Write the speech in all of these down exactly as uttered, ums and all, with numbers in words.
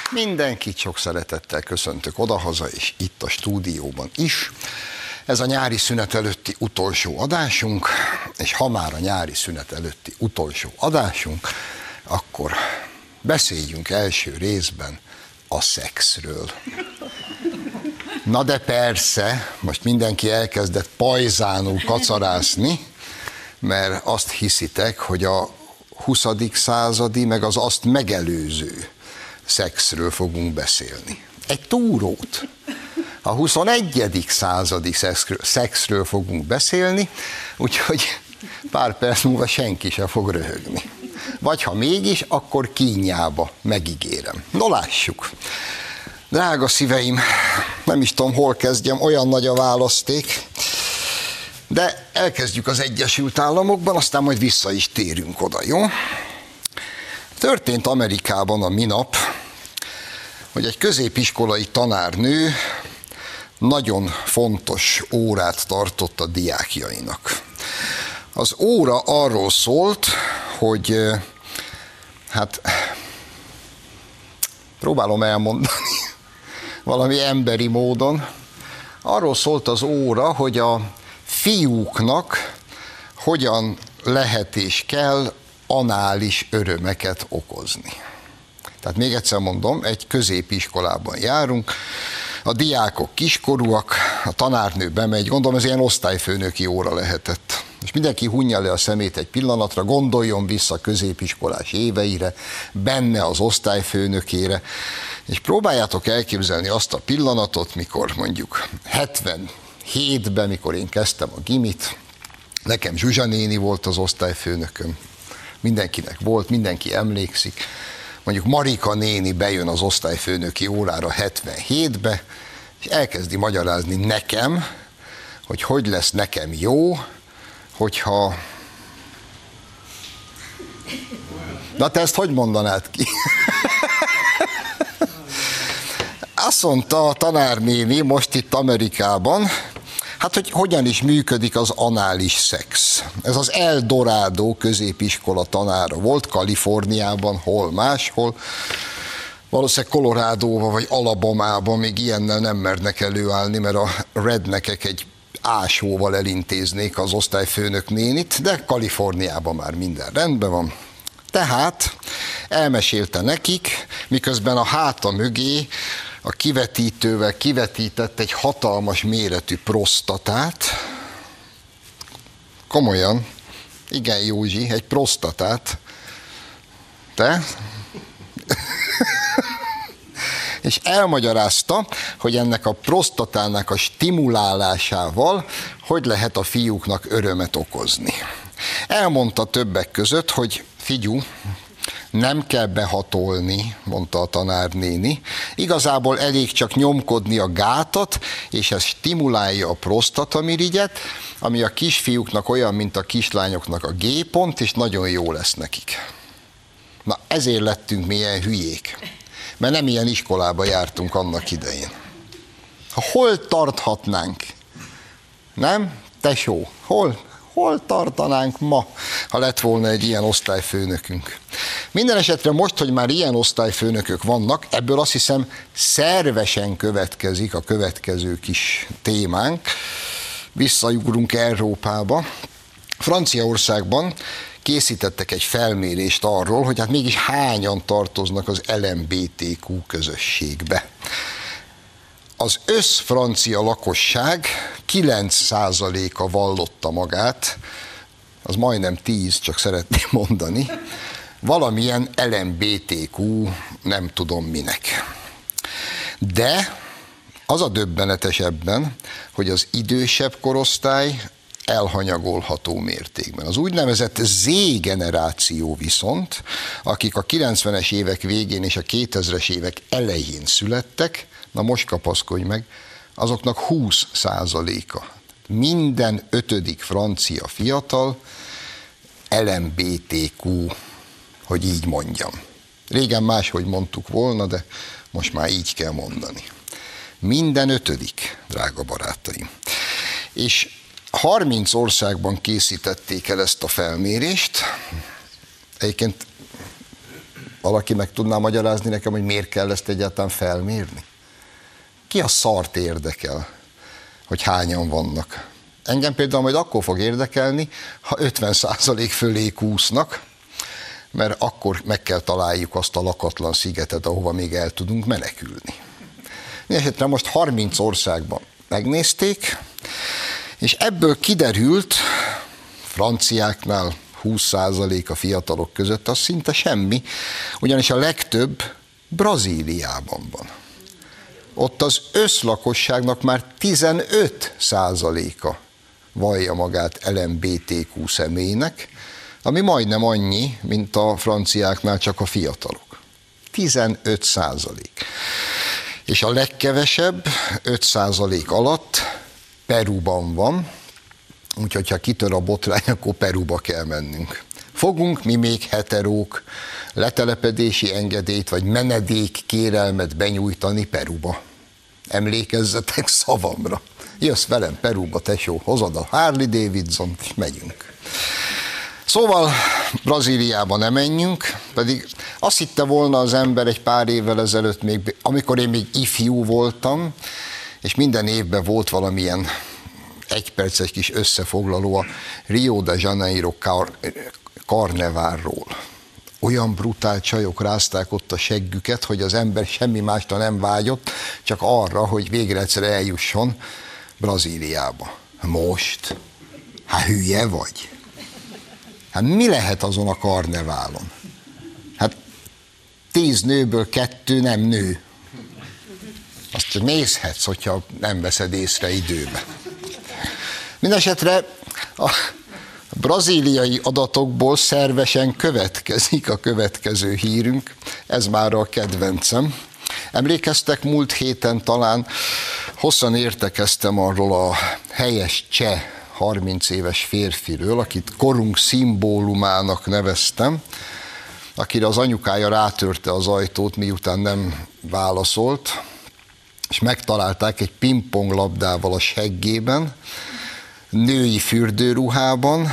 Mindenkit sok szeretettel köszöntök odahaza, és itt a stúdióban is. Ez a nyári szünet előtti utolsó adásunk, és ha már a nyári szünet előtti utolsó adásunk, akkor beszéljünk első részben a szexről. Na de persze, most mindenki elkezdett pajzánul kacarászni, mert azt hiszitek, hogy a huszadik századi, meg az azt megelőző szexről fogunk beszélni. Egy túrót. A huszonegyedik századi szexről, szexről fogunk beszélni, úgyhogy pár perc múlva senki sem fog röhögni. Vagy ha mégis, akkor kínjába, megígérem. No, lássuk. Drága szíveim, nem is tudom, hol kezdjem, olyan nagy a választék, de elkezdjük az Egyesült Államokban, aztán majd vissza is térünk oda, jó? Történt Amerikában a minap, hogy egy középiskolai tanárnő nagyon fontos órát tartott a diákjainak. Az óra arról szólt, hogy hát próbálom elmondani valami emberi módon. Arról szólt az óra, hogy a fiúknak hogyan lehet és kell anális örömeket okozni. Tehát még egyszer mondom, egy középiskolában járunk, a diákok kiskorúak, a tanárnő bemegy, gondolom ez ilyen osztályfőnöki óra lehetett. És mindenki hunja le a szemét egy pillanatra, gondoljon vissza középiskolás éveire, benne az osztályfőnökére, és próbáljátok elképzelni azt a pillanatot, mikor mondjuk hetvenhétben, mikor én kezdtem a gimit, nekem Zsuzsa néni volt az osztályfőnököm, mindenkinek volt, mindenki emlékszik, mondjuk Marika néni bejön az osztályfőnöki órára hetvenhétbe, és elkezdi magyarázni nekem, hogy hogy lesz nekem jó, hogyha... Na te ezt hogy mondanád ki? Azt mondta a tanárnéni most itt Amerikában, hát hogy hogyan is működik az anális szex. Ez az El Dorado középiskola tanára volt, Kaliforniában, hol máshol. Valószínűleg Colorado-ba vagy Alabama-ban még ilyennel nem mernek előállni, mert a redneckek egy ásóval elintéznék az osztályfőnök nénit, de Kaliforniában már minden rendben van. Tehát elmesélte nekik, miközben a háta mögé a kivetítővel kivetített egy hatalmas méretű prosztatát. Komolyan, igen Józsi, egy prosztatát. Te? És elmagyarázta, hogy ennek a prosztatának a stimulálásával hogy lehet a fiúknak örömet okozni. Elmondta többek között, hogy figyú, nem kell behatolni, mondta a tanárnéni, igazából elég csak nyomkodni a gátat, és ez stimulálja a prosztatamirigyet, ami a kisfiúknak olyan, mint a kislányoknak a G-pont, és nagyon jó lesz nekik. Na ezért lettünk mi ilyen hülyék, mert nem ilyen iskolába jártunk annak idején. Hol tarthatnánk? Nem? Tesó, hol? Hol tartanánk ma, ha lett volna egy ilyen osztályfőnökünk? Minden esetre most, hogy már ilyen osztályfőnökök vannak, ebből azt hiszem szervesen következik a következő kis témánk. Visszajugrunk Európába. Franciaországban készítettek egy felmérést arról, hogy hát mégis hányan tartoznak az el em bé té kú közösségbe. Az összfrancia lakosság kilenc százaléka vallotta magát, az majdnem tíz, csak szeretném mondani, valamilyen el em bé té kú nem tudom minek. De az a döbbenetes ebben, hogy az idősebb korosztály elhanyagolható mértékben. Az úgynevezett Z-generáció viszont, akik a kilencvenes évek végén és a kétezres évek elején születtek, na most kapaszkodj meg, azoknak húsz százaléka. Minden ötödik francia fiatal el em bé té kú, hogy így mondjam. Régen máshogy mondtuk volna, de most már így kell mondani. Minden ötödik, drága barátaim. És harminc országban készítették el ezt a felmérést. Egyébként Valaki meg tudná magyarázni nekem, hogy miért kell ezt egyáltalán felmérni? Ki a szart érdekel, hogy hányan vannak? Engem például majd akkor fog érdekelni, ha ötven százalék fölé kúsznak, mert akkor meg kell találjuk azt a lakatlan szigetet, ahova még el tudunk menekülni. Mindenesetre most harminc országban megnézték, és ebből kiderült, franciáknál húsz százalék a fiatalok között, az szinte semmi, ugyanis a legtöbb Brazíliában van. Ott az összlakosságnak már tizenöt százaléka vallja magát el em bé té kú személynek, ami majdnem annyi, mint a franciáknál, csak a fiatalok. tizenöt százalék. És a legkevesebb, öt százalék alatt Peruban van, úgyhogy ha kitör a botrány, akkor Peruba kell mennünk. Fogunk mi még heterók letelepedési engedélyt vagy menedék kérelmet benyújtani Peruba. Emlékezzetek szavamra. Jössz velem Peruba, tesó, hozod a Harley Davidson-t, és megyünk. Szóval Brazíliába nem menjünk, pedig azt hitte volna az ember egy pár évvel ezelőtt, még, amikor én még ifjú voltam, és minden évben volt valamilyen egyperces kis összefoglaló a Rio de Janeiro kar- karneválról. Olyan brutál csajok rázták ott a seggüket, hogy az ember semmi másra nem vágyott, csak arra, hogy végre egyszer eljusson Brazíliába. Most? Hát hülye vagy? Hát mi lehet azon a karneválon? Hát tíz nőből kettő nem nő. Azt csak nézhetsz, hogyha nem veszed észre időbe. Mindenesetre a brazíliai adatokból szervesen következik a következő hírünk, ez már a kedvencem. Emlékeztek, múlt héten talán hosszan értekeztem arról a helyes cseh harminc éves férfiről, akit korunk szimbólumának neveztem, akire az anyukája rátörte az ajtót, miután nem válaszolt, és megtalálták egy pingponglabdával a seggében, női fürdőruhában,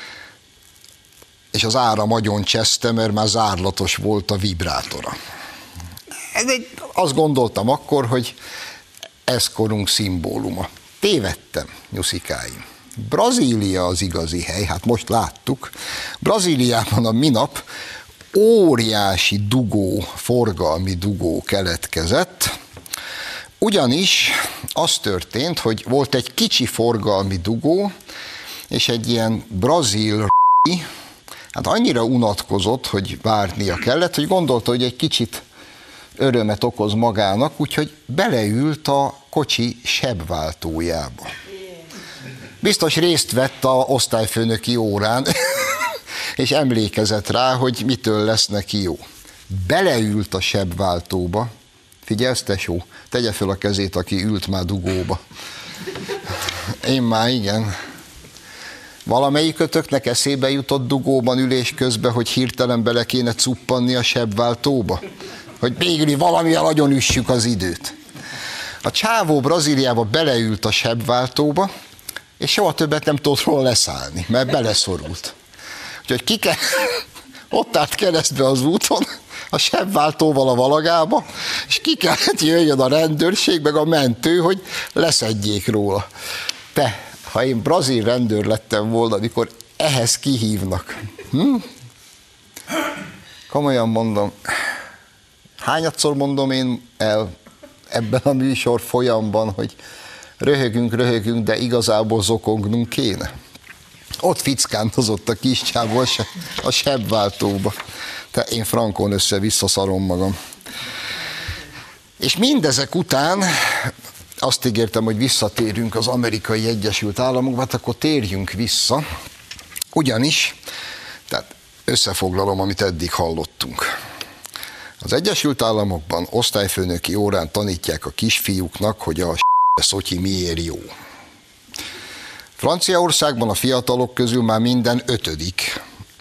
és az áram agyon cseszte, mert már zárlatos volt a vibrátora. Ez egy, azt gondoltam akkor, hogy ez korunk szimbóluma. Tévedtem, nyuszikáim. Brazília az igazi hely, hát most láttuk. Brazíliában a minap óriási dugó, forgalmi dugó keletkezett, ugyanis az történt, hogy volt egy kicsi forgalmi dugó, és egy ilyen brazil hát annyira unatkozott, hogy várnia kellett, hogy gondolta, hogy egy kicsit örömet okoz magának, úgyhogy beleült a kocsi sebváltójába. Biztos részt vett a osztályfőnöki órán, és emlékezett rá, hogy mitől lesz neki jó. Beleült a sebváltóba. Figyelsz, tesó, tegye föl a kezét, aki ült már dugóba. Én már igen. Valamelyikötöknek eszébe jutott dugóban ülés közben, hogy hirtelen bele kéne cuppanni a sebváltóba? Hogy végül valamivel agyon üssük az időt. A csávó Brazíliába beleült a sebváltóba, és soha többet nem tudott róla leszállni, mert beleszorult. Úgyhogy ki kell, ott állt keresztbe az úton, a sebváltóval a valagába, és ki kellett jöjjön a rendőrség, meg a mentő, hogy leszedjék róla. Te, ha én brazil rendőr lettem volna, amikor ehhez kihívnak. Hm? Komolyan mondom, hányadszor mondom én el ebben a műsor folyamban, hogy röhögünk, röhögünk, de igazából zokongnunk kéne. Ott fickántozott a kis csávó a sebváltóba. Te, én frankon össze-vissza szarom magam. És mindezek után azt ígértem, hogy visszatérünk az Amerikai Egyesült Államokba, hát akkor térjünk vissza, ugyanis, tehát összefoglalom, amit eddig hallottunk. Az Egyesült Államokban osztályfőnöki órán tanítják a kisfiúknak, hogy a szotyi miért jó. Franciaországban a fiatalok közül már minden ötödik.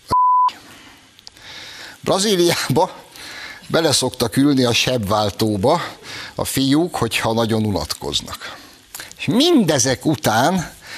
Brazíliába bele szoktak ülni a sebváltóba a fiúk, hogyha nagyon unatkoznak. És mindezek után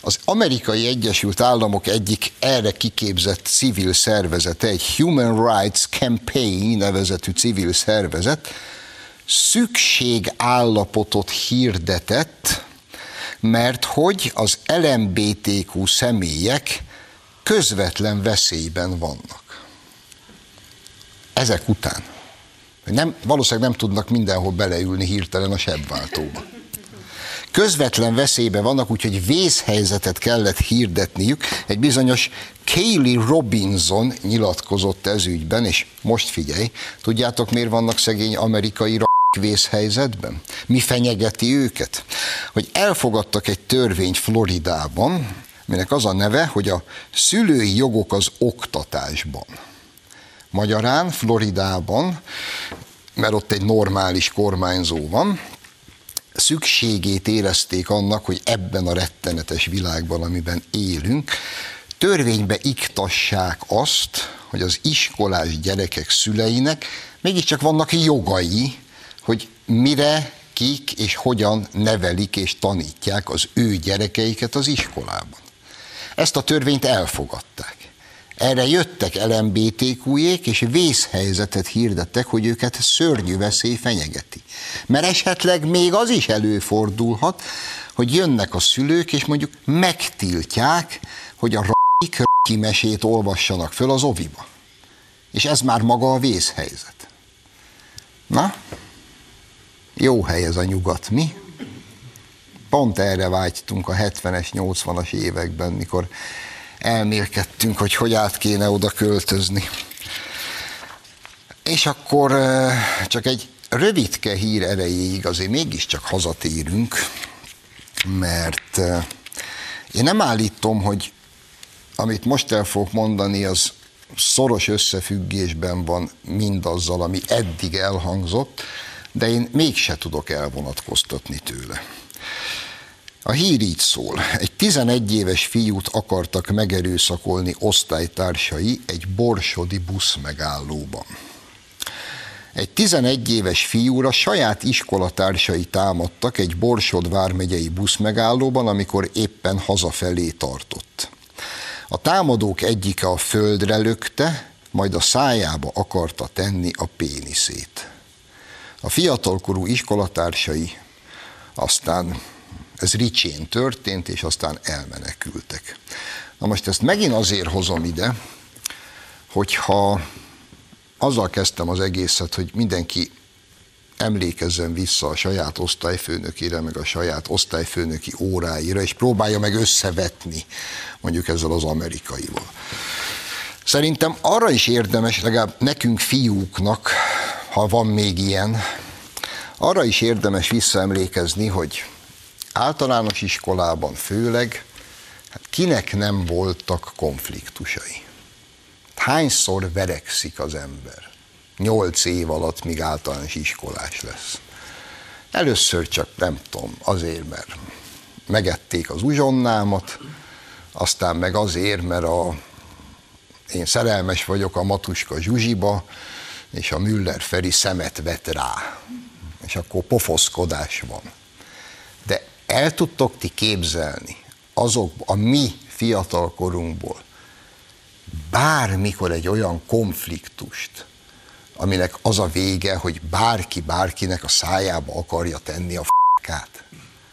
Az Amerikai Egyesült Államok egyik erre kiképzett civil szervezete, egy Human Rights Campaign nevezetű civil szervezet szükségállapotot hirdetett, mert hogy az el em bé té kú személyek közvetlen veszélyben vannak. Ezek után. Nem, valószínűleg nem tudnak mindenhol beleülni hirtelen a sebváltóba. Közvetlen veszélyben vannak, úgyhogy vészhelyzetet kellett hirdetniük. Egy bizonyos Kaylee Robinson nyilatkozott ez ügyben, és most figyelj, tudjátok miért vannak szegény amerikai r*** vészhelyzetben? Mi fenyegeti őket? Hogy elfogadtak egy törvényt Floridában, aminek az a neve, hogy a szülői jogok az oktatásban. Magyarán Floridában, mert ott egy normális kormányzó van, szükségét érezték annak, hogy ebben a rettenetes világban, amiben élünk, törvénybe iktassák azt, hogy az iskolás gyerekek szüleinek mégiscsak vannak jogai, hogy mire, kik és hogyan nevelik és tanítják az ő gyerekeiket az iskolában. Ezt a törvényt elfogadták. Erre jöttek el em bé té kú-jék, és vészhelyzetet hirdettek, hogy őket szörnyű veszély fenyegeti. Mert esetleg még az is előfordulhat, hogy jönnek a szülők, és mondjuk megtiltják, hogy a r***ik r***ki mesét olvassanak föl az oviba. És ez már maga a vészhelyzet. Na? Jó hely ez a nyugat, mi? Pont erre vágytunk a hetvenes, nyolcvanas években, mikor elmélkedtünk, hogy hogy át kéne oda költözni. És akkor csak egy rövidke hír erejéig azért mégiscsak hazatérünk, mert én nem állítom, hogy amit most el fogok mondani, az szoros összefüggésben van mindazzal, ami eddig elhangzott, de én mégse tudok elvonatkoztatni tőle. A hír így szól. Egy tizenegy éves fiút akartak megerőszakolni osztálytársai egy borsodi buszmegállóban. Egy tizenegy éves fiúra saját iskolatársai támadtak egy Borsod vármegyei buszmegállóban, amikor éppen hazafelé tartott. A támadók egyike a földre lökte, majd a szájába akarta tenni a péniszét. A fiatalkorú iskolatársai aztán, ez Ricsén történt, és aztán elmenekültek. Na most ezt megint azért hozom ide, hogyha azzal kezdtem az egészet, hogy mindenki emlékezzen vissza a saját osztályfőnökére, meg a saját osztályfőnöki óráira, és próbálja meg összevetni mondjuk ezzel az amerikaival. Szerintem arra is érdemes, legalább nekünk fiúknak, ha van még ilyen, arra is érdemes visszaemlékezni, hogy általános iskolában főleg, hát kinek nem voltak konfliktusai. Hányszor verekszik az ember? Nyolc év alatt, míg általános iskolás lesz. Először csak nem tudom, azért, mert megették az uzsonnámat, aztán meg azért, mert a, én szerelmes vagyok a Matuska Zsuzsiba, és a Müller Feri szemet vet rá. És akkor pofoszkodás van. De el tudtok ti képzelni azok a mi fiatalkorunkból bármikor egy olyan konfliktust, aminek az a vége, hogy bárki bárkinek a szájába akarja tenni a f***át.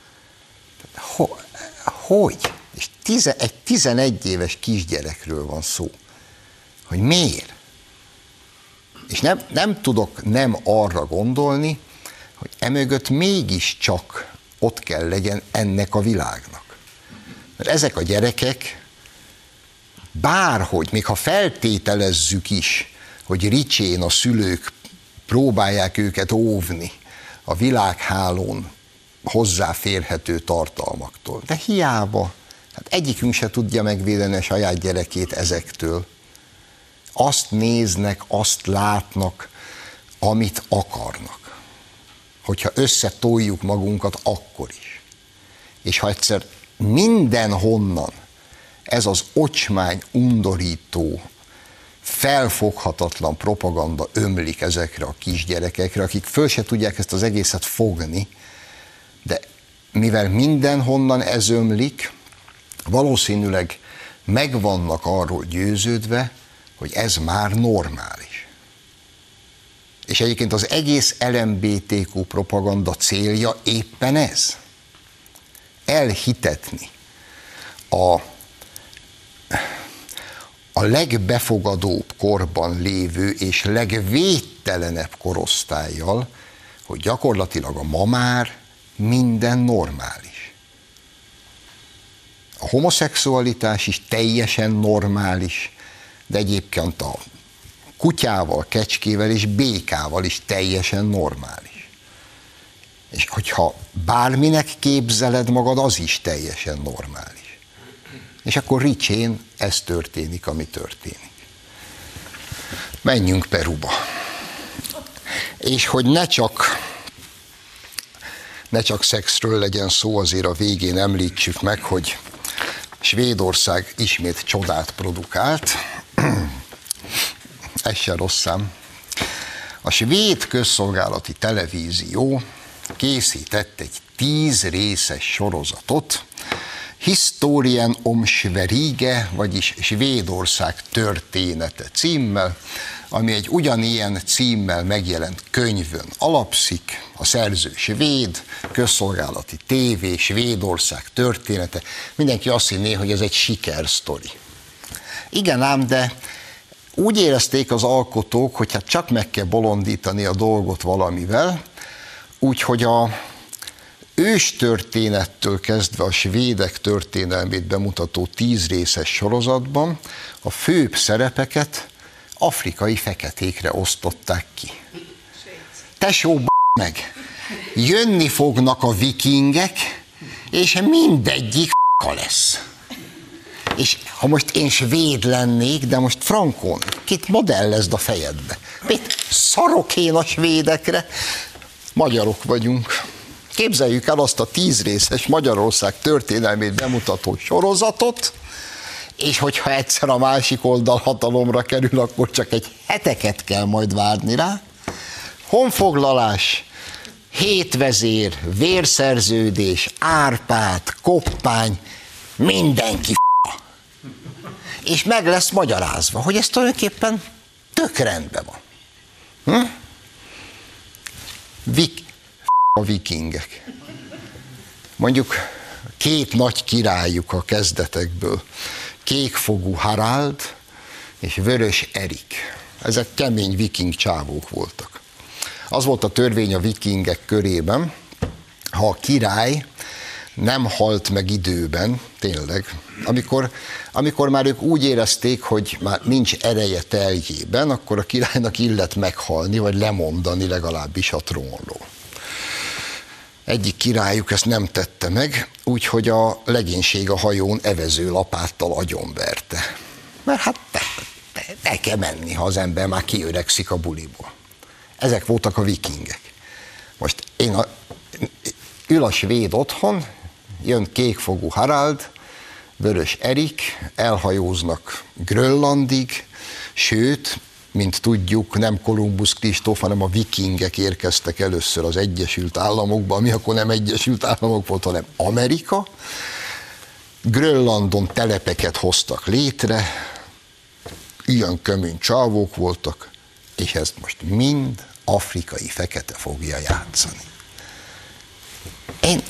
Hogy? És tize, egy tizenegy éves kisgyerekről van szó. Hogy miért? És nem, nem tudok nem arra gondolni, hogy emögött mégiscsak ott kell legyen ennek a világnak. Mert ezek a gyerekek bárhogy, még ha feltételezzük is, hogy Ricsén a szülők próbálják őket óvni a világhálón hozzáférhető tartalmaktól. De hiába, hát egyikünk se tudja megvédeni a saját gyerekét ezektől. Azt néznek, azt látnak, amit akarnak. Hogyha összetoljuk magunkat, akkor is. És ha egyszer mindenhonnan ez az ocsmány, undorító, felfoghatatlan propaganda ömlik ezekre a kisgyerekekre, akik föl se tudják ezt az egészet fogni, de mivel mindenhonnan ez ömlik, valószínűleg meg vannak arról győződve, hogy ez már normális. És egyébként az egész el em bé té kú propaganda célja éppen ez. Elhitetni a, a legbefogadóbb korban lévő és legvédtelenebb korosztállyal, hogy gyakorlatilag a ma már minden normális. A homoszexualitás is teljesen normális, de egyébként a kutyával, kecskével és békával is teljesen normális. És hogyha bárminek képzeled magad, az is teljesen normális. És akkor ricsén ez történik, ami történik. Menjünk Peruba. És hogy ne csak, ne csak szexről legyen szó, azért a végén említsük meg, hogy Svédország ismét csodát produkált. Ez se rossz szám. A svéd közszolgálati televízió készített egy tíz részes sorozatot, Historien om Sverige, vagyis Svédország története címmel, ami egy ugyanilyen címmel megjelent könyvön alapszik, a szerző svéd, közszolgálati tévé, Svédország története. Mindenki azt hinné, hogy ez egy sikersztori. Igen ám, de úgy érezték az alkotók, hogy hát csak meg kell bolondítani a dolgot valamivel, úgyhogy a őstörténettől kezdve a svédek történelmét bemutató tíz részes sorozatban a főbb szerepeket afrikai feketékre osztották ki. Tesó, b*** meg! Jönni fognak a vikingek, és mindegyik f***a lesz. És ha most én svéd lennék, de most frankon, kit modellezd a fejedbe? Mit szarok én a svédekre? Magyarok vagyunk. Képzeljük el azt a tíz részes Magyarország történelmét bemutató sorozatot, és hogyha egyszer a másik oldal hatalomra kerül, akkor csak egy heteket kell majd várni rá. Honfoglalás, hétvezér, vérszerződés, Árpád, Koppány, mindenki f***a. És meg lesz magyarázva, hogy ez tulajdonképpen tök rendben van. Hm? Vik, a vikingek. Mondjuk két nagy királyuk a kezdetekből, kékfogú Harald és vörös Erik. Ezek kemény viking csávók voltak. Az volt a törvény a vikingek körében, ha a király nem halt meg időben, tényleg, amikor, amikor már ők úgy érezték, hogy már nincs ereje teljében, akkor a királynak illet meghalni, vagy lemondani legalábbis a trónról. Egyik királyuk ezt nem tette meg, úgyhogy a legénység a hajón evező lapáttal agyonverte. Mert hát ne, ne, ne kell menni, ha az ember már kiöregszik a buliból. Ezek voltak a vikingek. Most én a, ül a svéd otthon, jön kékfogú Harald, vörös Erik, elhajóznak Grönlandig, sőt, mint tudjuk, nem Kolumbusz Kristóf, hanem a vikingek érkeztek először az Egyesült Államokba, ami akkor nem Egyesült Államok volt, hanem Amerika. Grönlandon telepeket hoztak létre, ilyen kemény csávók voltak, és ezt most mind afrikai fekete fogja játszani. Én...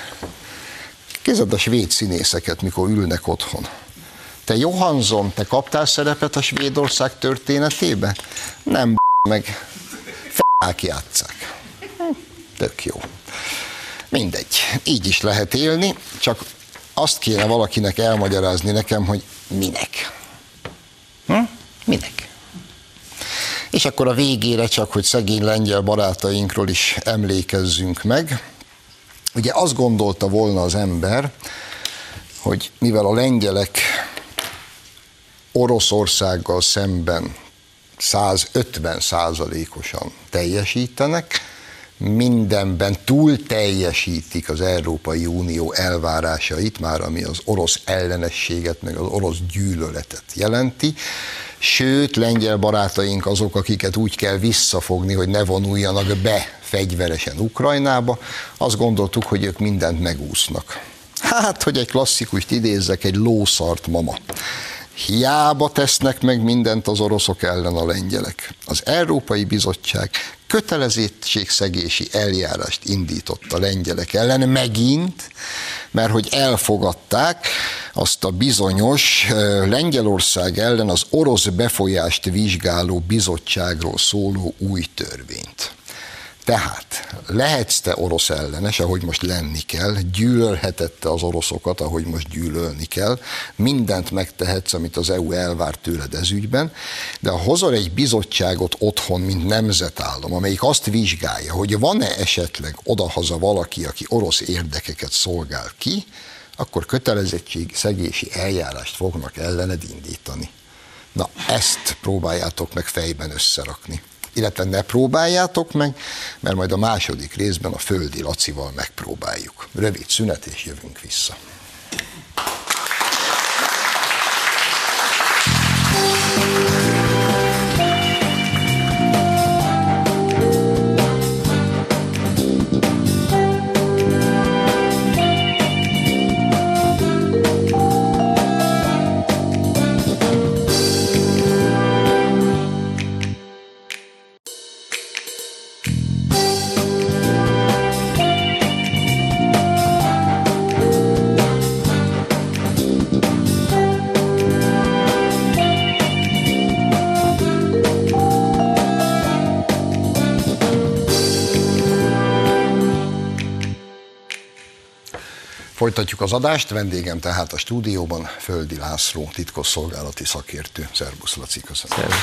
Képzeld a svéd színészeket, mikor ülnek otthon. Te Johansson, te kaptál szerepet a Svédország történetébe? Nem, b*** meg. F***ák játsszák. Tök jó. Mindegy. Így is lehet élni, csak azt kéne valakinek elmagyarázni nekem, hogy minek. Hm? Minek? És akkor a végére csak, hogy szegény lengyel barátainkról is emlékezzünk meg. Ugye azt gondolta volna az ember, hogy mivel a lengyelek Oroszországgal szemben százötven százalékosan teljesítenek, mindenben túl teljesítik az Európai Unió elvárásait, már ami az orosz ellenességet, meg az orosz gyűlöletet jelenti, sőt, lengyel barátaink azok, akiket úgy kell visszafogni, hogy ne vonuljanak be fegyveresen Ukrajnába, azt gondoltuk, hogy ők mindent megúsznak. Hát, hogy egy klasszikust idézzek, egy lószart mama. Hiába tesznek meg mindent az oroszok ellen a lengyelek. Az Európai Bizottság kötelezettségszegési eljárást indított a lengyelek ellen megint, mert hogy elfogadták azt a bizonyos Lengyelország ellen az orosz befolyást vizsgáló bizottságról szóló új törvényt. Tehát lehetsz te orosz ellenes, ahogy most lenni kell, gyűlölhetette az oroszokat, ahogy most gyűlölni kell, mindent megtehetsz, amit az é u elvár tőled ez ügyben, de ha hozol egy bizottságot otthon, mint nemzetállam, amelyik azt vizsgálja, hogy van-e esetleg odahaza valaki, aki orosz érdekeket szolgál ki, akkor kötelezettségszegési eljárást fognak ellened indítani. Na, ezt próbáljátok meg fejben összerakni. Illetve ne próbáljátok meg, mert majd a második részben a Földi Lacival megpróbáljuk. Rövid szünet, és jövünk vissza. Folytatjuk az adást, vendégem tehát a stúdióban Földi László, titkosszolgálati szakértő. Szerbusz, Laci, köszönöm. Szervusz.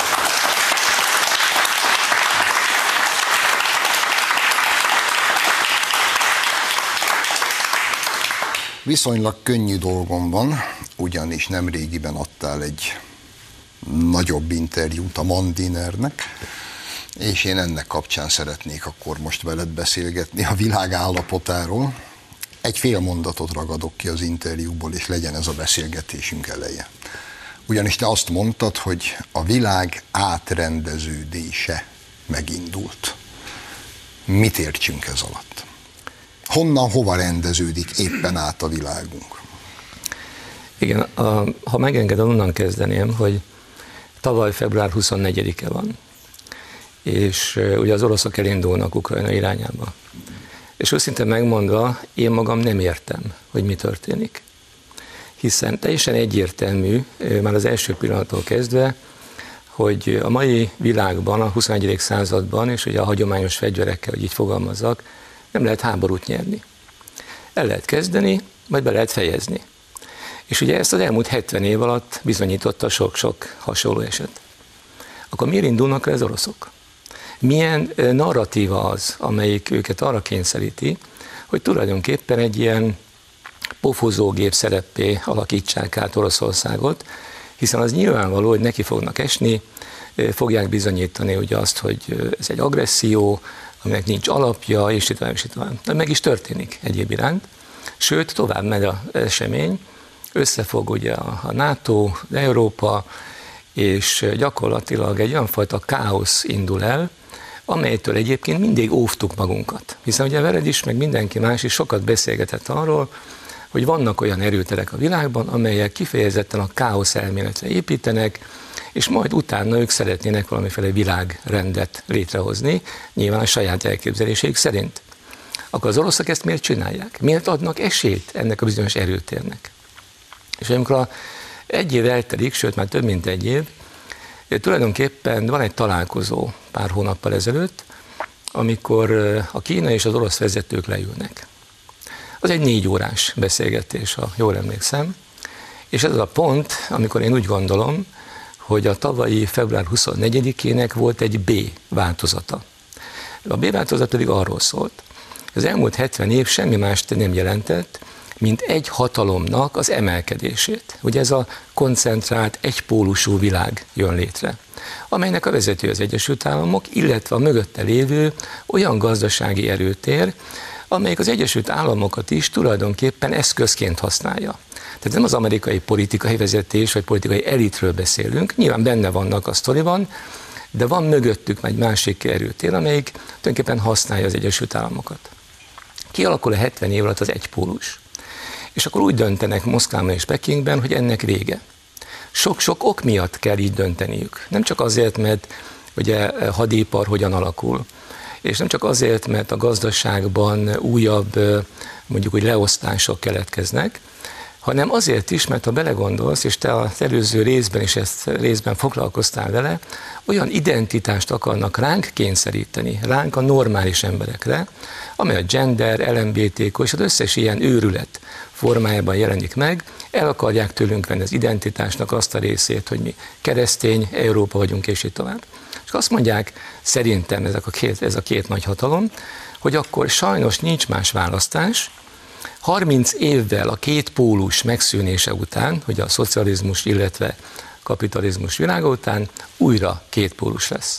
Viszonylag könnyű dolgom van, ugyanis nemrégiben adtál egy nagyobb interjút a Mandinernek, és én ennek kapcsán szeretnék akkor most veled beszélgetni a világ állapotáról. Egy fél mondatot ragadok ki az interjúból, és legyen ez a beszélgetésünk eleje. Ugyanis te azt mondtad, hogy a világ átrendeződése megindult. Mit értsünk ez alatt? Honnan, hova rendeződik éppen át a világunk? Igen, a, ha megengedem, onnan kezdeném, hogy tavaly február huszonnegyedike van, és ugye az oroszok elindulnak Ukrajna irányába. És őszintén megmondva, én magam nem értem, hogy mi történik. Hiszen teljesen egyértelmű, már az első pillanattól kezdve, hogy a mai világban, a huszonegyedik században, és ugye a hagyományos fegyverekkel, hogy így fogalmazzak, nem lehet háborút nyerni. El lehet kezdeni, majd be lehet fejezni. És ugye ezt az elmúlt hetven év alatt bizonyította sok-sok hasonló eset. Akkor miért indulnak le az oroszok? Milyen narratíva az, amelyik őket arra kényszeríti, hogy tulajdonképpen egy ilyen pofozógép szereppé alakítsák át Oroszországot, hiszen az nyilvánvaló, hogy neki fognak esni, fogják bizonyítani ugye azt, hogy ez egy agresszió, aminek nincs alapja, és itt van, és itt van. De meg is történik egyéb iránt. Sőt, tovább megy az esemény, összefog ugye a NATO, Európa, és gyakorlatilag egy olyan fajta káosz indul el, amelytől egyébként mindig óvtuk magunkat. Hiszen ugye veled is, meg mindenki más is sokat beszélgetett arról, hogy vannak olyan erőterek a világban, amelyek kifejezetten a káosz elméletre építenek, és majd utána ők szeretnének valamiféle világrendet létrehozni, nyilván a saját elképzeléseik szerint. Akkor az oroszok ezt miért csinálják? Miért adnak esélyt ennek a bizonyos erőtérnek? És amikor a egy év eltelik, sőt már több mint egy év, tulajdonképpen van egy találkozó pár hónappal ezelőtt, amikor a kínai és az orosz vezetők leülnek. Az egy négy órás beszélgetés, ha jól emlékszem, és ez az a pont, amikor én úgy gondolom, hogy a tavalyi február huszonnegyedikének volt egy B változata. A B változat pedig arról szólt, az elmúlt hetven év semmi mást nem jelentett, mint egy hatalomnak az emelkedését. Ugye ez a koncentrált, egypólusú világ jön létre, amelynek a vezető az Egyesült Államok, illetve a mögötte lévő olyan gazdasági erőtér, amelyik az Egyesült Államokat is tulajdonképpen eszközként használja. Tehát nem az amerikai politikai vezetés, vagy politikai elitről beszélünk, nyilván benne vannak a sztoriban, de van mögöttük egy másik erőtér, amelyik tulajdonképpen használja az Egyesült Államokat. Kialakul a hetven év alatt az egypólus. És akkor úgy döntenek Moszkvában és Pekingben, hogy ennek vége. Sok-sok ok miatt kell így dönteniük. Nem csak azért, mert ugye hadipar hogyan alakul, és nem csak azért, mert a gazdaságban újabb, mondjuk úgy leosztások keletkeznek, hanem azért is, mert ha belegondolsz, és te az előző részben is ezt részben foglalkoztál vele, olyan identitást akarnak ránk kényszeríteni, ránk a normális emberekre, amely a gender, el em bé té kú és az összes ilyen őrület formájában jelenik meg, el akarják tőlünk venni az identitásnak azt a részét, hogy mi keresztény Európa vagyunk, és így tovább. És azt mondják, szerintem ezek a két, ez a két nagy hatalom, hogy akkor sajnos nincs más választás, harminc évvel a két pólus megszűnése után, hogy a szocializmus, illetve kapitalizmus világa után újra két pólus lesz.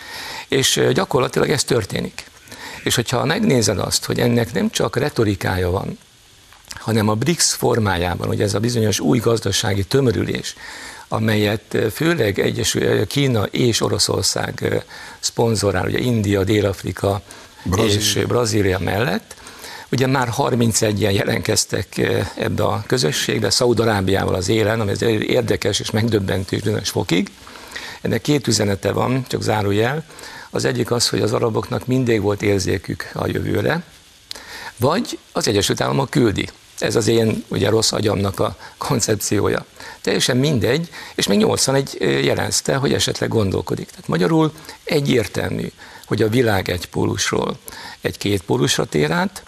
És gyakorlatilag ez történik. És hogyha megnézed azt, hogy ennek nem csak retorikája van, hanem a BRICS formájában, hogy ez a bizonyos új gazdasági tömörülés, amelyet főleg Egyesült Kína és Oroszország szponzorál, ugye India, Dél-Afrika Brazília. és Brazília mellett, ugye már harmincegyen jelentkeztek ebbe a közösségbe, Szaúd-Arábiával az élen, ami érdekes és megdöbbentő és bizonyos fokig. Ennek két üzenete van, csak zárójel. Az egyik az, hogy az araboknak mindig volt érzékük a jövőre, vagy az Egyesült Államok küldi. Ez az én ugye rossz agyamnak a koncepciója. Teljesen mindegy, és még nyolcvanegy jelezte, hogy esetleg gondolkodik. Tehát magyarul egyértelmű, hogy a világ egy pólusról egy két pólusra tér át.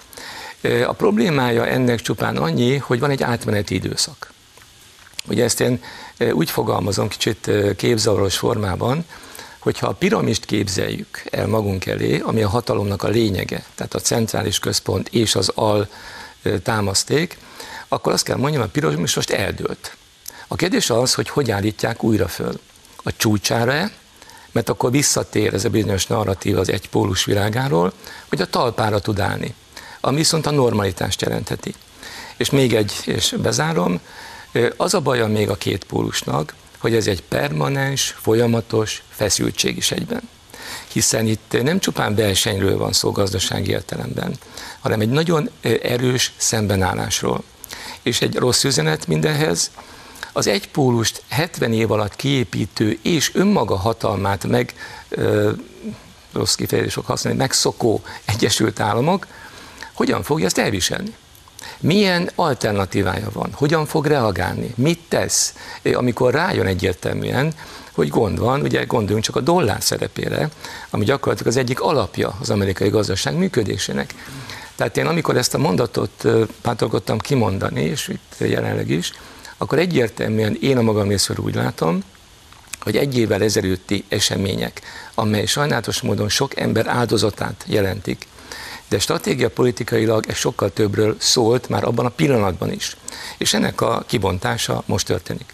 A problémája ennek csupán annyi, hogy van egy átmeneti időszak. Ugye ezt én úgy fogalmazom kicsit képzavaros formában, hogyha a piramist képzeljük el magunk elé, ami a hatalomnak a lényege, tehát a centrális központ és az al támaszték, akkor azt kell mondjam, a piramis most eldőlt. A kérdés az, hogy hogy állítják újra föl. A csúcsára-e, mert akkor visszatér ez a bizonyos narratív az egypólus világáról, hogy a talpára tud állni, ami viszont a normalitást jelentheti. És még egy, és bezárom, az a baja még a két pólusnak, hogy ez egy permanens, folyamatos feszültség is egyben. Hiszen itt nem csupán versenyről van szó gazdasági értelemben, hanem egy nagyon erős szembenállásról. És egy rossz üzenet mindenhez, az egypólust hetven év alatt kiépítő és önmaga hatalmát meg, ö, rossz kifejezésok használni, megszokó Egyesült Államok, hogyan fogja ezt elviselni? Milyen alternatívája van? Hogyan fog reagálni? Mit tesz? Amikor rájön egyértelműen, hogy gond van, ugye gondoljunk csak a dollár szerepére, ami gyakorlatilag az egyik alapja az amerikai gazdaság működésének. Tehát én amikor ezt a mondatot bátorkodtam kimondani, és itt jelenleg is, akkor egyértelműen én a magam részéről úgy látom, hogy egy évvel ezelőtti események, amely sajnálatos módon sok ember áldozatát jelentik, de stratégiapolitikailag ez sokkal többről szólt már abban a pillanatban is. És ennek a kibontása most történik.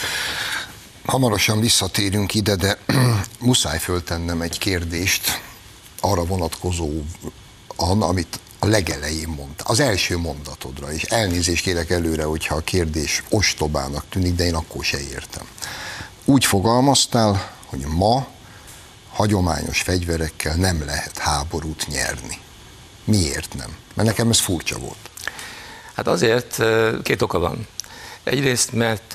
Hamarosan visszatérünk ide, de muszáj föltennem egy kérdést arra vonatkozóan, amit a legelején mondta, az első mondatodra, és elnézést kérek előre, hogyha a kérdés ostobának tűnik, de én akkor se értem. Úgy fogalmaztál, hogy ma hagyományos fegyverekkel nem lehet háborút nyerni. Miért nem? Mert nekem ez furcsa volt. Hát azért két oka van. Egyrészt, mert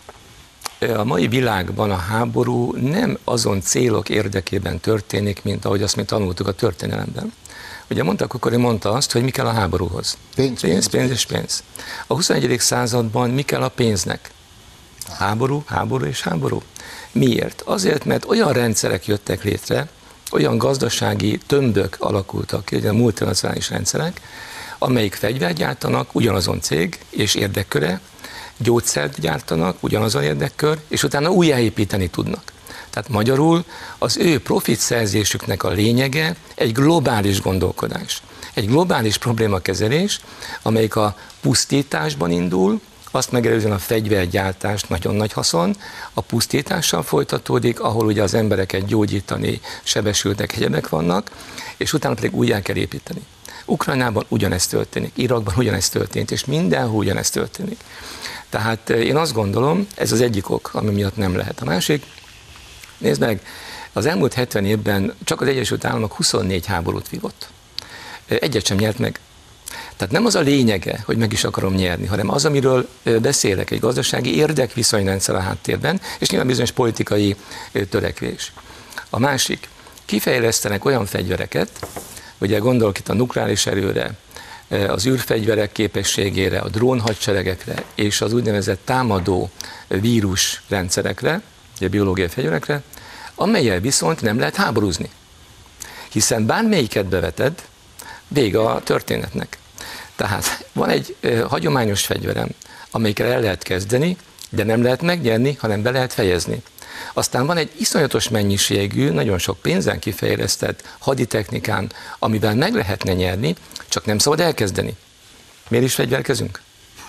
a mai világban a háború nem azon célok érdekében történik, mint ahogy azt mi tanultuk a történelemben. Ugye mondtak, akkor én mondta azt, hogy mi kell a háborúhoz. Pénz, pénz, pénz és pénz. A huszonegyedik században mi kell a pénznek? Háború, háború és háború. Miért? Azért, mert olyan rendszerek jöttek létre, olyan gazdasági tömbök alakultak ki, ugye a multinacionális rendszerek, amelyik fegyvert gyártanak, ugyanazon cég és érdekköre, gyógyszert gyártanak, ugyanazon érdekkör, és utána újjáépíteni tudnak. Tehát magyarul az ő profitszerzésüknek a lényege egy globális gondolkodás. Egy globális problémakezelés, amelyik a pusztításban indul, azt megelőzően a fegyvergyártást nagyon nagy haszon, a pusztítással folytatódik, ahol ugye az embereket gyógyítani, sebesültek, egyebek vannak, és utána pedig újjá kell építeni. Ukrajnában ugyanezt történik, Irakban ugyanezt történt, és mindenhol ugyanezt történik. Tehát én azt gondolom, ez az egyik ok, ami miatt nem lehet. A másik, nézd meg, az elmúlt hetven évben csak az Egyesült Államok huszonnégy háborút vívott. Egyet sem nyert meg. Tehát nem az a lényege, hogy meg is akarom nyerni, hanem az, amiről beszélek, egy gazdasági érdekviszonyrendszer a háttérben, és nyilván bizonyos politikai törekvés. A másik, kifejlesztenek olyan fegyvereket, ugye gondolok itt a nukleáris erőre, az űrfegyverek képességére, a drónhadseregekre és az úgynevezett támadó vírusrendszerekre, ugye biológiai fegyverekre, amellyel viszont nem lehet háborúzni. Hiszen bármelyiket beveted, vége a történetnek. Tehát van egy hagyományos fegyverem, amelyikre el lehet kezdeni, de nem lehet megnyerni, hanem be lehet fejezni. Aztán van egy iszonyatos mennyiségű, nagyon sok pénzen kifejlesztett haditechnikán, amivel meg lehetne nyerni, csak nem szabad elkezdeni. Miért is fegyverkezünk?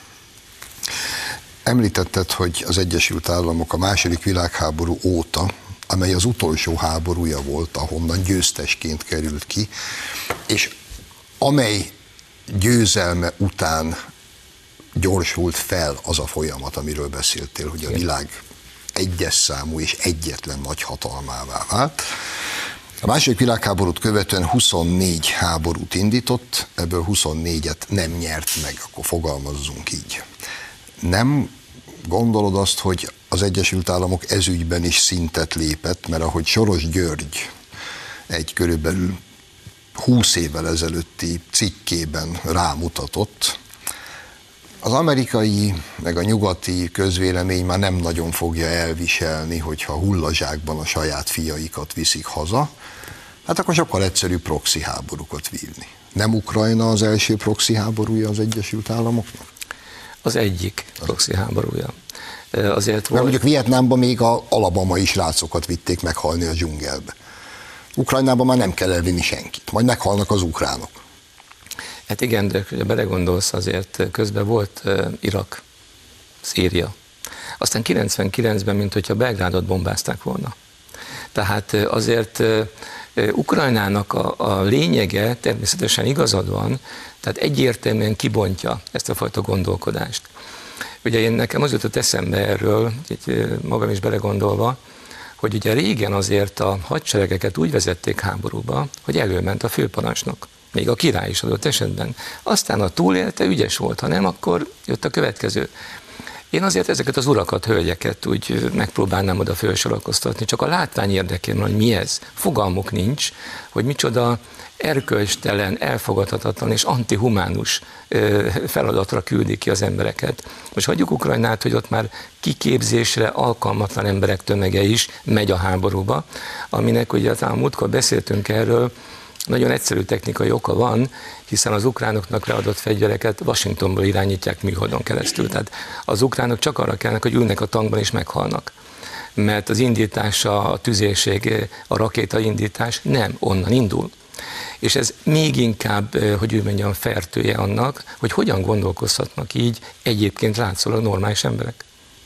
Említetted, hogy az Egyesült Államok a második világháború óta, amely az utolsó háborúja volt, ahonnan győztesként került ki, és amely győzelme után gyorsult fel az a folyamat, amiről beszéltél, hogy a világ egyes számú és egyetlen nagy hatalmává vált. A második világháborút követően huszonnégy háborút indított, ebből huszonnégyet nem nyert meg, akkor fogalmazzunk így. Nem gondolod azt, hogy az Egyesült Államok ezügyben is szintet lépett, mert ahogy Soros György egy körülbelül húsz évvel ezelőtti cikkében rámutatott, az amerikai, meg a nyugati közvélemény már nem nagyon fogja elviselni, hogyha hullazsákban a saját fiaikat viszik haza, hát akkor sokkal egyszerűbb proxy háborúkat vívni. Nem Ukrajna az első proxy háborúja az Egyesült Államoknak? Az egyik proxy háborúja. Azért volt... Mert mondjuk Vietnámban még a alabamai srácokat vitték meghalni a dzsungelbe. Ukrajnában már nem kell elvinni senkit, majd meghalnak az ukránok. Hát igen, de ha belegondolsz, azért közben volt uh, Irak, Szíria. Aztán kilencvenkilencben, mint hogyha Belgrádot bombázták volna. Tehát uh, azért uh, Ukrajnának a, a lényege, természetesen igazad van, tehát egyértelműen kibontja ezt a fajta gondolkodást. Ugye én nekem az jutott eszembe erről, így magam is belegondolva, hogy ugye régen azért a hadseregeket úgy vezették háborúba, hogy előment a főparancsnok. Még a király is adott esetben. Aztán a túlélte, ügyes volt, ha nem, akkor jött a következő. Én azért ezeket az urakat, hölgyeket úgy megpróbálnám oda felsorakoztatni, csak a látvány érdekében, hogy mi ez. Fogalmuk nincs, hogy micsoda erkölcstelen, elfogadhatatlan és antihumánus feladatra küldik ki az embereket. Most hagyjuk Ukrajnát, hogy ott már kiképzésre alkalmatlan emberek tömege is megy a háborúba, aminek ugye a múltkor beszéltünk erről, nagyon egyszerű technikai oka van, hiszen az ukránoknak leadott fegyvereket Washingtonból irányítják műholdon keresztül. Tehát az ukránok csak arra kellnek, hogy ülnek a tankban és meghalnak. Mert az indítása, a tüzérség, a rakétaindítás nem onnan indul. És ez még inkább, hogy úgy mondjam, fertője annak, hogy hogyan gondolkozhatnak így egyébként látszólag normális emberek.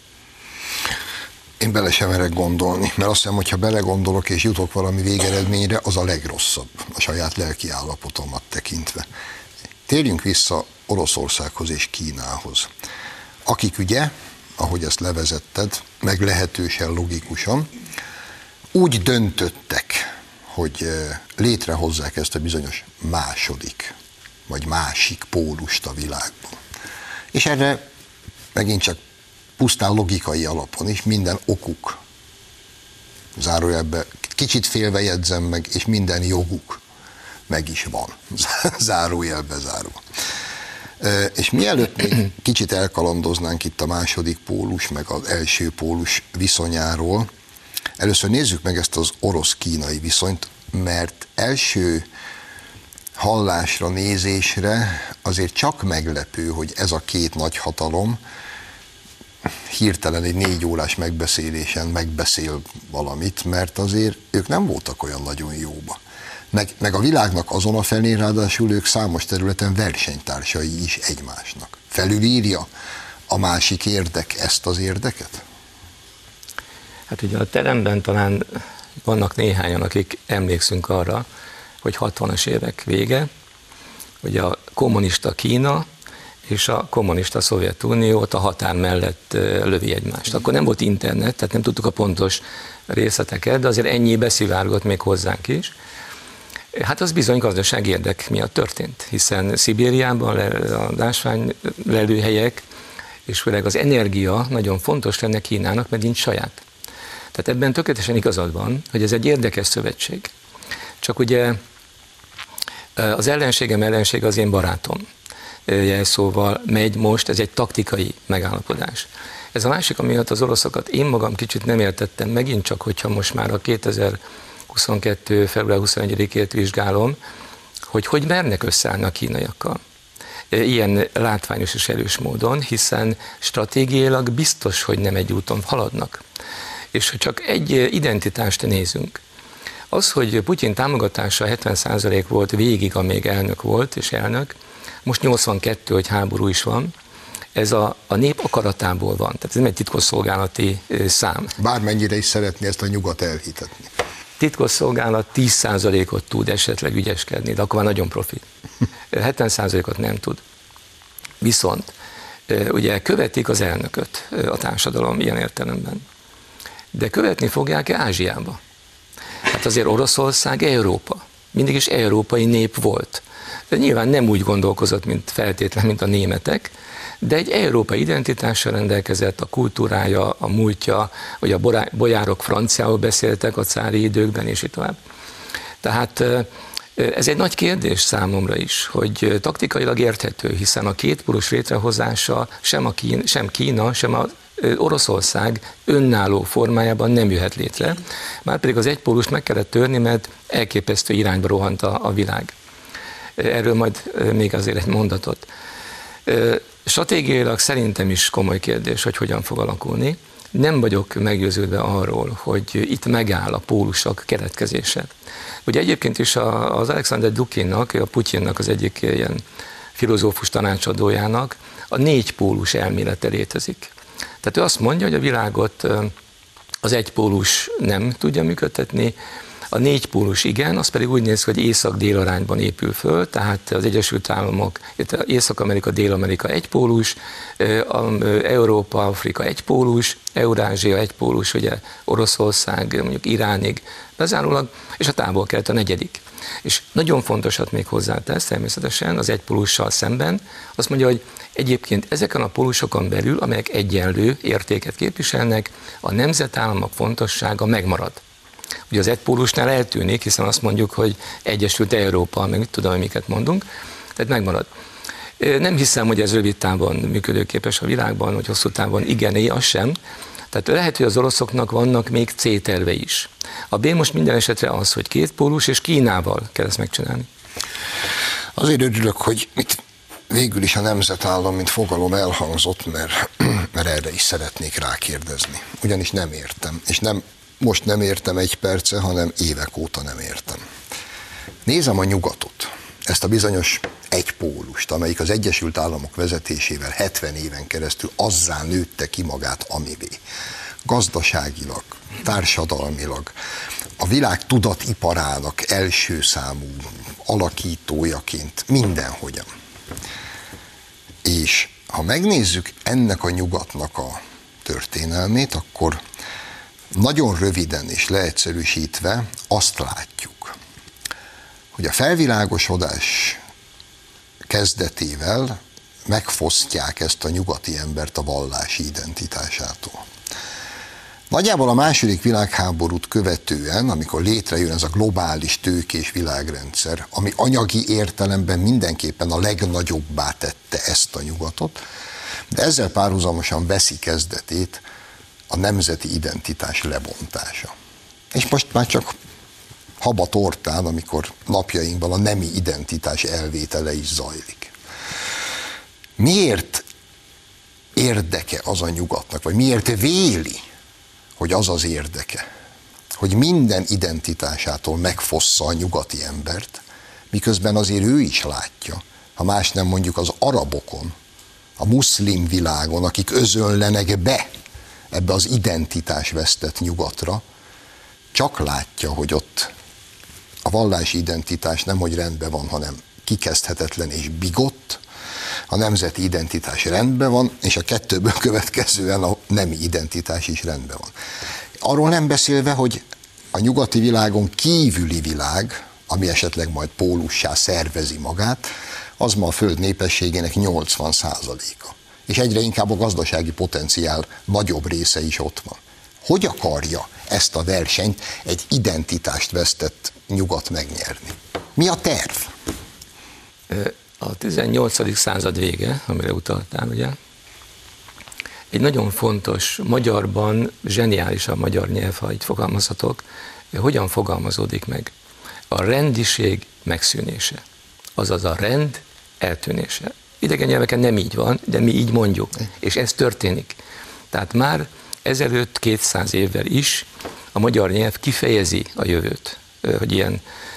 Én bele sem merek gondolni, mert azt hiszem, hogyha belegondolok és jutok valami végeredményre, az a legrosszabb, a saját lelki állapotomat tekintve. Térjünk vissza Oroszországhoz és Kínához, akik ugye, ahogy ezt levezetted, meg lehetősen logikusan, úgy döntöttek, hogy létrehozzák ezt a bizonyos második, vagy másik pólust a világban. És erre megint csak pusztán logikai alapon is minden okuk, zárójelbe, kicsit félve jegyzem meg, és minden joguk meg is van, zárójelbe zárva. És mielőtt még kicsit elkalandoznánk itt a második pólus, meg az első pólus viszonyáról, először nézzük meg ezt az orosz-kínai viszonyt, mert első hallásra, nézésre azért csak meglepő, hogy ez a két nagyhatalom hirtelen egy négy órás megbeszélésen megbeszél valamit, mert azért ők nem voltak olyan nagyon jóba. Meg, meg a világnak azon a felén ráadásul ők számos területen versenytársai is egymásnak. Felülírja a másik érdek ezt az érdeket? Hát ugye a teremben talán vannak néhányan, akik emlékszünk arra, hogy hatvanas évek vége, hogy a kommunista Kína és a kommunista Szovjetunió a határ mellett lövi egymást. Akkor nem volt internet, tehát nem tudtuk a pontos részleteket, de azért ennyi beszivárgott még hozzánk is. Hát az bizony gazdasági érdek miatt történt, hiszen Szibériában a ásványlelőhelyek, és főleg az energia nagyon fontos lenne Kínának, mert nincs saját. Tehát ebben tökéletesen igazad van, hogy ez egy érdekes szövetség. Csak ugye az ellenségem ellenség az én barátom. Jelszóval megy most, ez egy taktikai megállapodás. Ez a másik, amiatt az oroszokat én magam kicsit nem értettem, megint csak, hogyha most már a kétezer-huszonkettő. február huszonegyedikét vizsgálom, hogy hogy mernek összeállni a kínaiakkal. Ilyen látványos és erős módon, hiszen stratégiailag biztos, hogy nem egy úton haladnak. És ha csak egy identitást nézünk, az, hogy Putyin támogatása hetven százalék volt végig, amíg elnök volt, és elnök, most nyolcvankettő, hogy háború is van, ez a, a nép akaratából van, tehát ez nem egy titkosszolgálati szám. Bármennyire is szeretné ezt a nyugat elhitetni. Titkosszolgálat tíz százalékot tud esetleg ügyeskedni, de akkor már nagyon profi. hetven százalékot nem tud. Viszont ugye követik az elnököt a társadalom ilyen értelemben. De követni fogják-e Ázsiába? Hát azért Oroszország Európa. Mindig is európai nép volt. De nyilván nem úgy gondolkozott, mint feltétlen, mint a németek, de egy európai identitással rendelkezett, a kultúrája, a múltja, hogy a bojárok franciául beszéltek a cári időkben, és így tovább. Tehát ez egy nagy kérdés számomra is, hogy taktikailag érthető, hiszen a kétpólus létrehozása sem, a Kína, sem Kína, sem az Oroszország önálló formájában nem jöhet létre, márpedig az egypólust meg kellett törni, mert elképesztő irányba rohant a, a világ. Erről majd még azért egy mondatot. Stratégiailag szerintem is komoly kérdés, hogy hogyan fog alakulni. Nem vagyok meggyőződve arról, hogy itt megáll a pólusok keletkezése. Ugye egyébként is az Alexander Dukinnak, a Putyinnak az egyik ilyen filozófus tanácsadójának a négy pólus elmélete létezik. Tehát ő azt mondja, hogy a világot az egy pólus nem tudja működtetni, a négy pólus igen, az pedig úgy néz ki, hogy észak-dél arányban épül föl, tehát az Egyesült Államok, Észak-Amerika, Dél-Amerika egy pólus, Európa, Afrika egy pólus, Eurázsia egy pólus, ugye Oroszország, mondjuk Iránig bezárólag, és a távol-kelet a negyedik. És nagyon fontosat még hozzátesz természetesen az egypólussal szemben, azt mondja, hogy egyébként ezeken a pólusokon belül, amelyek egyenlő értéket képviselnek, a nemzetállamok fontossága megmarad. Ugye az egypólusnál eltűnik, hiszen azt mondjuk, hogy Egyesült Európa, meg mit tudom, hogy miket mondunk, tehát megmarad. Nem hiszem, hogy ez rövid távon működőképes a világban, vagy hosszú távon igen, az sem. Tehát lehet, hogy az oroszoknak vannak még C-terve is. A B most minden esetre az, hogy két pólus és Kínával kell ezt megcsinálni. Azért örülök, hogy itt végül is a nemzetállam, mint fogalom elhangzott, mert, mert erre is szeretnék rákérdezni. Ugyanis nem értem, és nem most nem értem egy perce, hanem évek óta nem értem. Nézem a nyugatot, ezt a bizonyos egypólust, amelyik az Egyesült Államok vezetésével hetven éven keresztül azzá nőtte ki magát, amivé. Gazdaságilag, társadalmilag, a világ tudatiparának első számú alakítójaként, mindenhogyan. És ha megnézzük ennek a nyugatnak a történelmét, akkor nagyon röviden és leegyszerűsítve azt látjuk, hogy a felvilágosodás kezdetével megfosztják ezt a nyugati embert a vallási identitásától. Nagyjából a második világháborút követően, amikor létrejön ez a globális tőkés világrendszer, ami anyagi értelemben mindenképpen a legnagyobbá tette ezt a nyugatot, de ezzel párhuzamosan veszi kezdetét a nemzeti identitás lebontása. És most már csak haba tortán, amikor napjainkban a nemi identitás elvétele is zajlik. Miért érdeke az a nyugatnak, vagy miért véli, hogy az az érdeke, hogy minden identitásától megfossza a nyugati embert, miközben azért ő is látja, ha más nem mondjuk az arabokon, a muszlim világon, akik özönlenek be ebbe az identitásvesztett nyugatra, csak látja, hogy ott a vallási identitás nemhogy rendben van, hanem kikezdhetetlen és bigott, a nemzeti identitás rendben van, és a kettőből következően a nemi identitás is rendben van. Arról nem beszélve, hogy a nyugati világon kívüli világ, ami esetleg majd pólussá szervezi magát, az ma a Föld népességének nyolcvan százaléka. És egyre inkább a gazdasági potenciál nagyobb része is ott van. Hogy akarja ezt a versenyt egy identitást vesztett nyugat megnyerni? Mi a terv? A tizennyolcadik század vége, amire utaltál, ugye, egy nagyon fontos, magyarban zseniális a magyar nyelv, ha így fogalmazhatok, hogyan fogalmazódik meg? A rendiség megszűnése, azaz a rend eltűnése. Idegen nyelveken nem így van, de mi így mondjuk, és ez történik. Tehát már ezelőtt kétszáz évvel is a magyar nyelv kifejezi a jövőt, hogy ilyen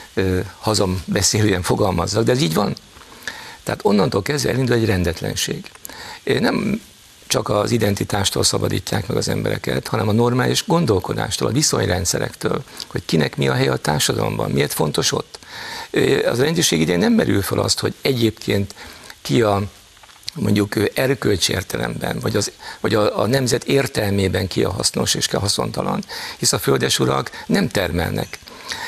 hazambeszélően fogalmazzak, de ez így van. Tehát onnantól kezdve elindul egy rendetlenség. Nem csak az identitástól szabadítják meg az embereket, hanem a normális gondolkodástól, a viszonyrendszerektől, hogy kinek mi a helye a társadalomban, miért fontos ott. Az rendőrség idején nem merül fel azt, hogy egyébként ki a mondjuk erkölcsi értelemben, vagy, az, vagy a, a nemzet értelmében ki a hasznos és ki a haszontalan, hisz a földesurak nem termelnek.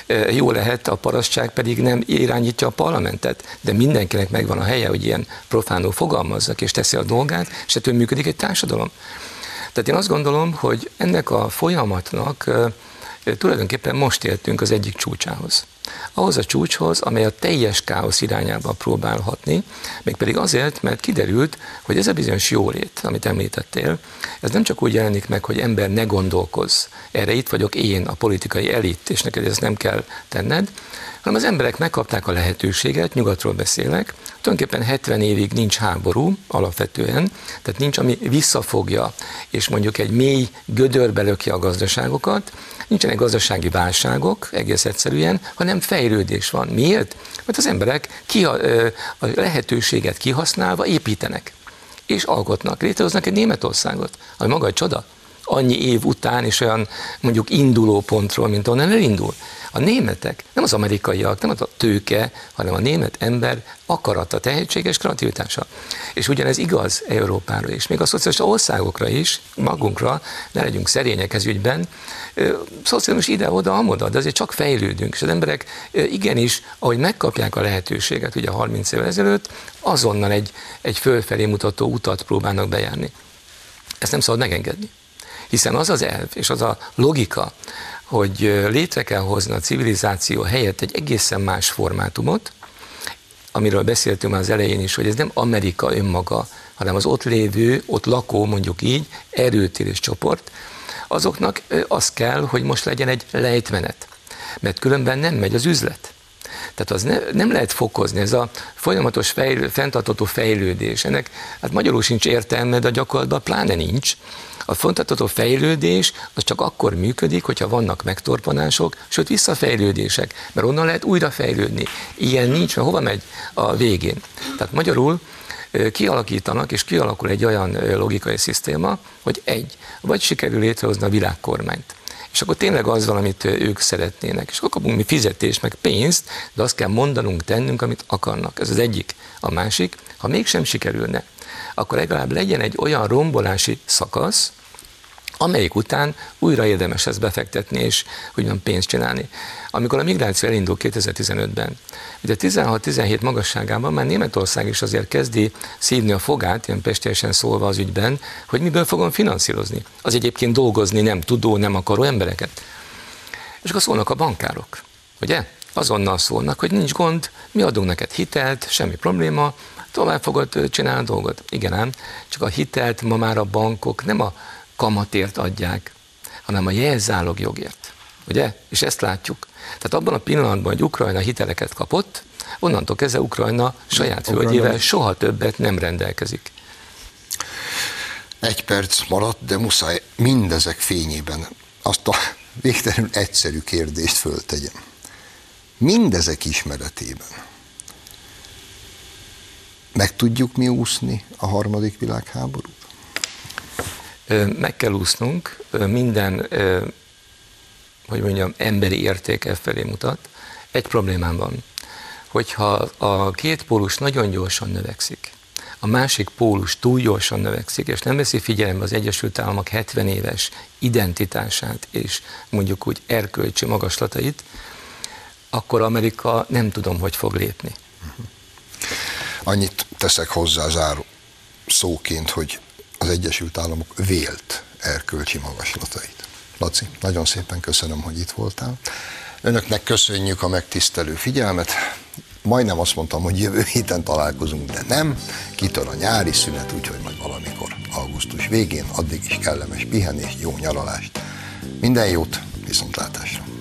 Jó lehet, a parasztság pedig nem irányítja a parlamentet, de mindenkinek megvan a helye, hogy ilyen profánul fogalmazzak, és teszi a dolgát, és ettől működik egy társadalom. Tehát én azt gondolom, hogy ennek a folyamatnak tulajdonképpen most értünk az egyik csúcsához. Ahhoz a csúcshoz, amely a teljes káosz irányába próbál hatni, mégpedig azért, mert kiderült, hogy ez a bizonyos jólét, amit említettél, ez nem csak úgy jelenik meg, hogy ember ne gondolkozz, erre itt vagyok én, a politikai elit, és neked ezt nem kell tenned, hanem az emberek megkapták a lehetőséget, nyugatról beszélek, tulajdonképpen hetven évig nincs háború alapvetően, tehát nincs, ami visszafogja, és mondjuk egy mély gödörbe lökje a gazdaságokat, nincsenek gazdasági válságok egész egyszerűen, hanem fejlődés van. Miért? Mert az emberek ki a, a lehetőséget kihasználva építenek, és alkotnak, létrehoznak egy Németországot, ami maga egy csoda. Annyi év után is olyan mondjuk induló pontról, mint onnan elindul. A németek, nem az amerikaiak, nem az a tőke, hanem a német ember akarata, tehetséges kreativitása. És ugyanez igaz Európára is, még a szociális országokra is, magunkra, ne legyünk szerények ez ügyben, szociális ide-oda, amoda, de azért csak fejlődünk, és az emberek igenis, ahogy megkapják a lehetőséget, ugye harminc évvel ezelőtt, azonnal egy, egy fölfelé mutató utat próbálnak bejárni. Ezt nem szabad megengedni. Hiszen az az elv, és az a logika, hogy létre kell hozni a civilizáció helyett egy egészen más formátumot, amiről beszéltünk már az elején is, hogy ez nem Amerika önmaga, hanem az ott lévő, ott lakó, mondjuk így, erőtérés csoport, azoknak az kell, hogy most legyen egy lejtmenet, mert különben nem megy az üzlet. Tehát az ne, nem lehet fokozni, ez a folyamatos fejlő, fenntartható fejlődés. Ennek hát magyarul sincs értelme, de a gyakorlatban pláne nincs. A fenntartható fejlődés az csak akkor működik, hogyha vannak megtorpanások, sőt visszafejlődések, mert onnan lehet újra fejlődni. Ilyen nincs, mert hova megy a végén. Tehát magyarul kialakítanak, és kialakul egy olyan logikai szisztéma, hogy egy, vagy sikerül létrehozni a világkormányt. És akkor tényleg az van, amit ők szeretnének. És akkor kapunk mi fizetést, meg pénzt, de azt kell mondanunk, tennünk, amit akarnak. Ez az egyik. A másik, ha mégsem sikerülne, akkor legalább legyen egy olyan rombolási szakasz, amelyik után újra érdemes lesz befektetni, és úgymond pénzt csinálni. Amikor a migráció elindul kétezer-tizenötben, ugye tizenhat-tizenhét magasságában már Németország is azért kezdi szívni a fogát, ilyen pestélyesen szólva az ügyben, hogy miből fogom finanszírozni. Az egyébként dolgozni nem tudó, nem akaró embereket. És akkor szólnak a bankárok, ugye? Azonnal szólnak, hogy nincs gond, mi adunk neked hitelt, semmi probléma, tovább fogod csinálni a dolgot. Igen ám, csak a hitelt ma már a bankok nem a kamatért adják, hanem a jelzálog jogért. Ugye? És ezt látjuk. Tehát abban a pillanatban, hogy Ukrajna hiteleket kapott, onnantól kezdve Ukrajna saját földjével soha többet nem rendelkezik. Egy perc maradt, de muszáj mindezek fényében azt a végtelenül egyszerű kérdést föltegyem. Mindezek ismeretében meg tudjuk mi úszni a harmadik világháborút? Meg kell úsznunk, minden, hogy mondjam, emberi érték e felé mutat. Egy problémám van, hogyha a két pólus nagyon gyorsan növekszik, a másik pólus túl gyorsan növekszik, és nem veszi figyelembe az Egyesült Államok hetven éves identitását és mondjuk úgy erkölcsi magaslatait, akkor Amerika nem tudom, hogy fog lépni. Annyit teszek hozzá záró szóként, hogy az Egyesült Államok vélt erkölcsi magaslatait. Laci, nagyon szépen köszönöm, hogy itt voltál. Önöknek köszönjük a megtisztelő figyelmet. Majdnem azt mondtam, hogy jövő héten találkozunk, de nem. Kitör a nyári szünet, úgyhogy majd valamikor augusztus végén, addig is kellemes pihenést, jó nyaralást. Minden jót, viszontlátásra!